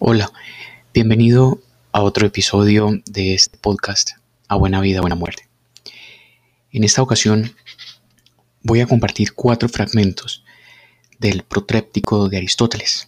Hola, bienvenido a otro episodio de este podcast A Buena Vida, Buena Muerte. En esta ocasión voy a compartir 4 fragmentos del Protréptico de Aristóteles,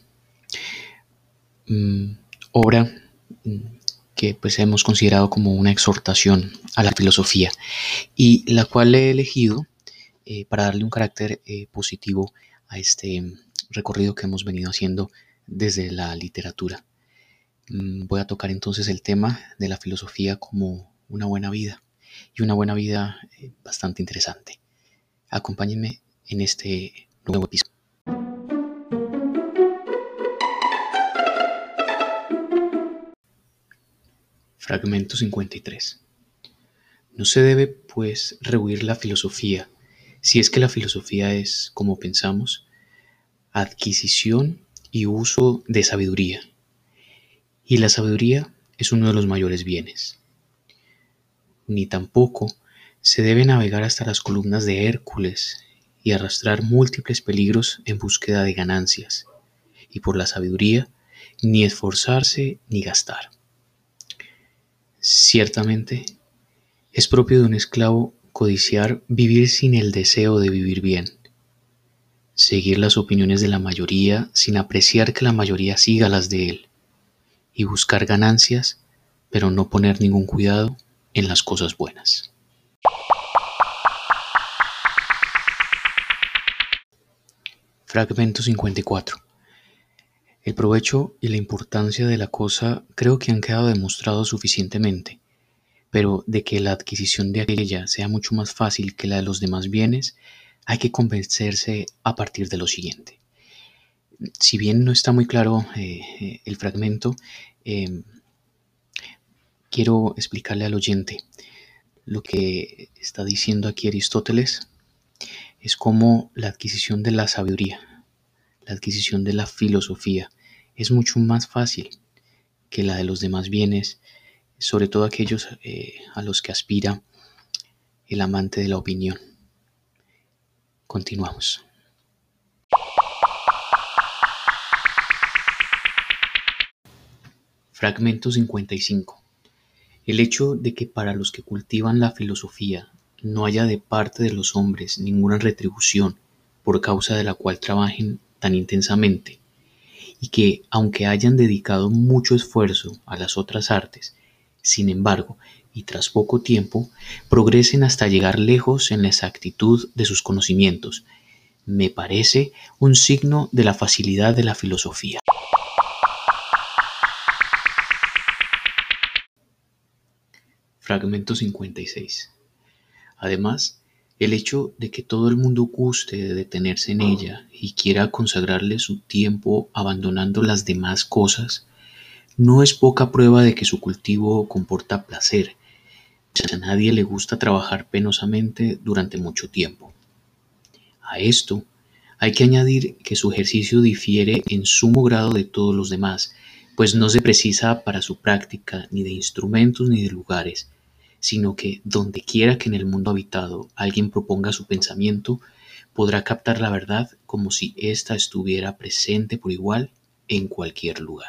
obra que pues hemos considerado como una exhortación a la filosofía y la cual he elegido para darle un carácter positivo a este recorrido que hemos venido haciendo desde la literatura. Voy a tocar entonces el tema de la filosofía como una buena vida y una buena vida bastante interesante. Acompáñenme en este nuevo episodio. Fragmento 53. No se debe, pues, rehuir la filosofía, si es que la filosofía es, como pensamos, adquisición y uso de sabiduría, y la sabiduría es uno de los mayores bienes. Ni tampoco se debe navegar hasta las columnas de Hércules y arrastrar múltiples peligros en búsqueda de ganancias, y por la sabiduría ni esforzarse ni gastar. Ciertamente, es propio de un esclavo codiciar vivir sin el deseo de vivir bien, seguir las opiniones de la mayoría sin apreciar que la mayoría siga las de él, y buscar ganancias, pero no poner ningún cuidado en las cosas buenas. Fragmento 54. El provecho y la importancia de la cosa creo que han quedado demostrados suficientemente, pero de que la adquisición de aquella sea mucho más fácil que la de los demás bienes, hay que convencerse a partir de lo siguiente. Si bien no está muy claro el fragmento, eh, quiero explicarle al oyente lo que está diciendo aquí Aristóteles es como la adquisición de la sabiduría, la adquisición de la filosofía es mucho más fácil que la de los demás bienes, sobre todo aquellos a los que aspira el amante de la opinión. Continuamos. Fragmento 55. El hecho de que para los que cultivan la filosofía no haya de parte de los hombres ninguna retribución por causa de la cual trabajen tan intensamente, y que, aunque hayan dedicado mucho esfuerzo a las otras artes, sin embargo, y tras poco tiempo, progresen hasta llegar lejos en la exactitud de sus conocimientos, me parece un signo de la facilidad de la filosofía. Fragmento 56. Además, el hecho de que todo el mundo guste de detenerse en ella y quiera consagrarle su tiempo abandonando las demás cosas, no es poca prueba de que su cultivo comporta placer, pues a nadie le gusta trabajar penosamente durante mucho tiempo. A esto hay que añadir que su ejercicio difiere en sumo grado de todos los demás, pues no se precisa para su práctica ni de instrumentos ni de lugares, sino que donde quiera que en el mundo habitado alguien proponga su pensamiento, podrá captar la verdad como si ésta estuviera presente por igual en cualquier lugar.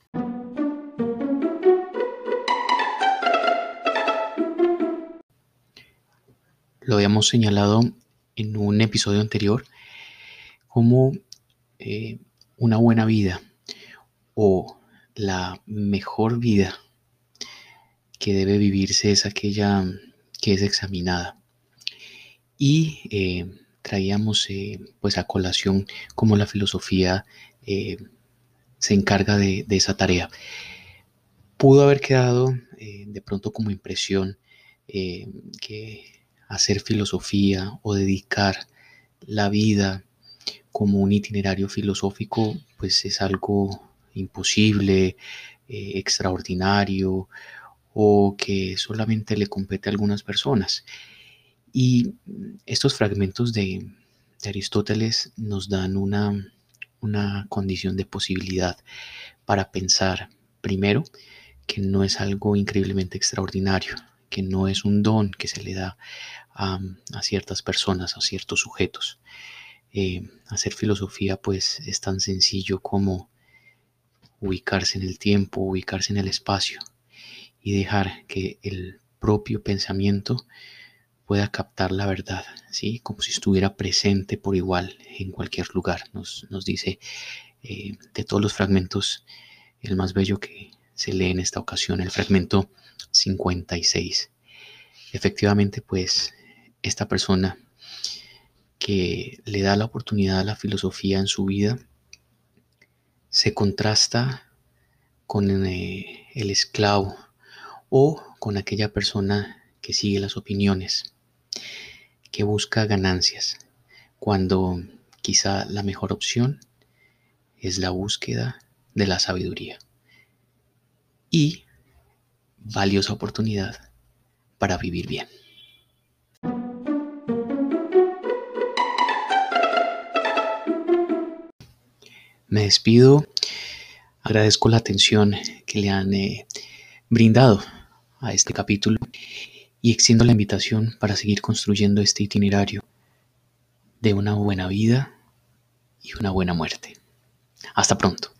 Lo habíamos señalado en un episodio anterior como una buena vida o la mejor vida que debe vivirse es aquella que es examinada. Y traíamos pues a colación cómo la filosofía eh, se encarga de esa tarea. Pudo haber quedado de pronto como impresión que hacer filosofía o dedicar la vida como un itinerario filosófico pues es algo imposible, extraordinario o que solamente le compete a algunas personas. Y estos fragmentos de Aristóteles nos dan una condición de posibilidad para pensar, primero, que no es algo increíblemente extraordinario, que no es un don que se le da a ciertas personas, a ciertos sujetos. Hacer filosofía pues es tan sencillo como ubicarse en el tiempo, ubicarse en el espacio y dejar que el propio pensamiento pueda captar la verdad, ¿sí? Como si estuviera presente por igual en cualquier lugar. Nos dice de todos los fragmentos, el más bello que se lee en esta ocasión, el fragmento 56. Efectivamente, pues esta persona que le da la oportunidad a la filosofía en su vida se contrasta con el esclavo o con aquella persona que sigue las opiniones, que busca ganancias, cuando quizá la mejor opción es la búsqueda de la sabiduría y valiosa oportunidad para vivir bien. Me despido, agradezco la atención que le han brindado a este capítulo y extiendo la invitación para seguir construyendo este itinerario de una buena vida y una buena muerte. Hasta pronto.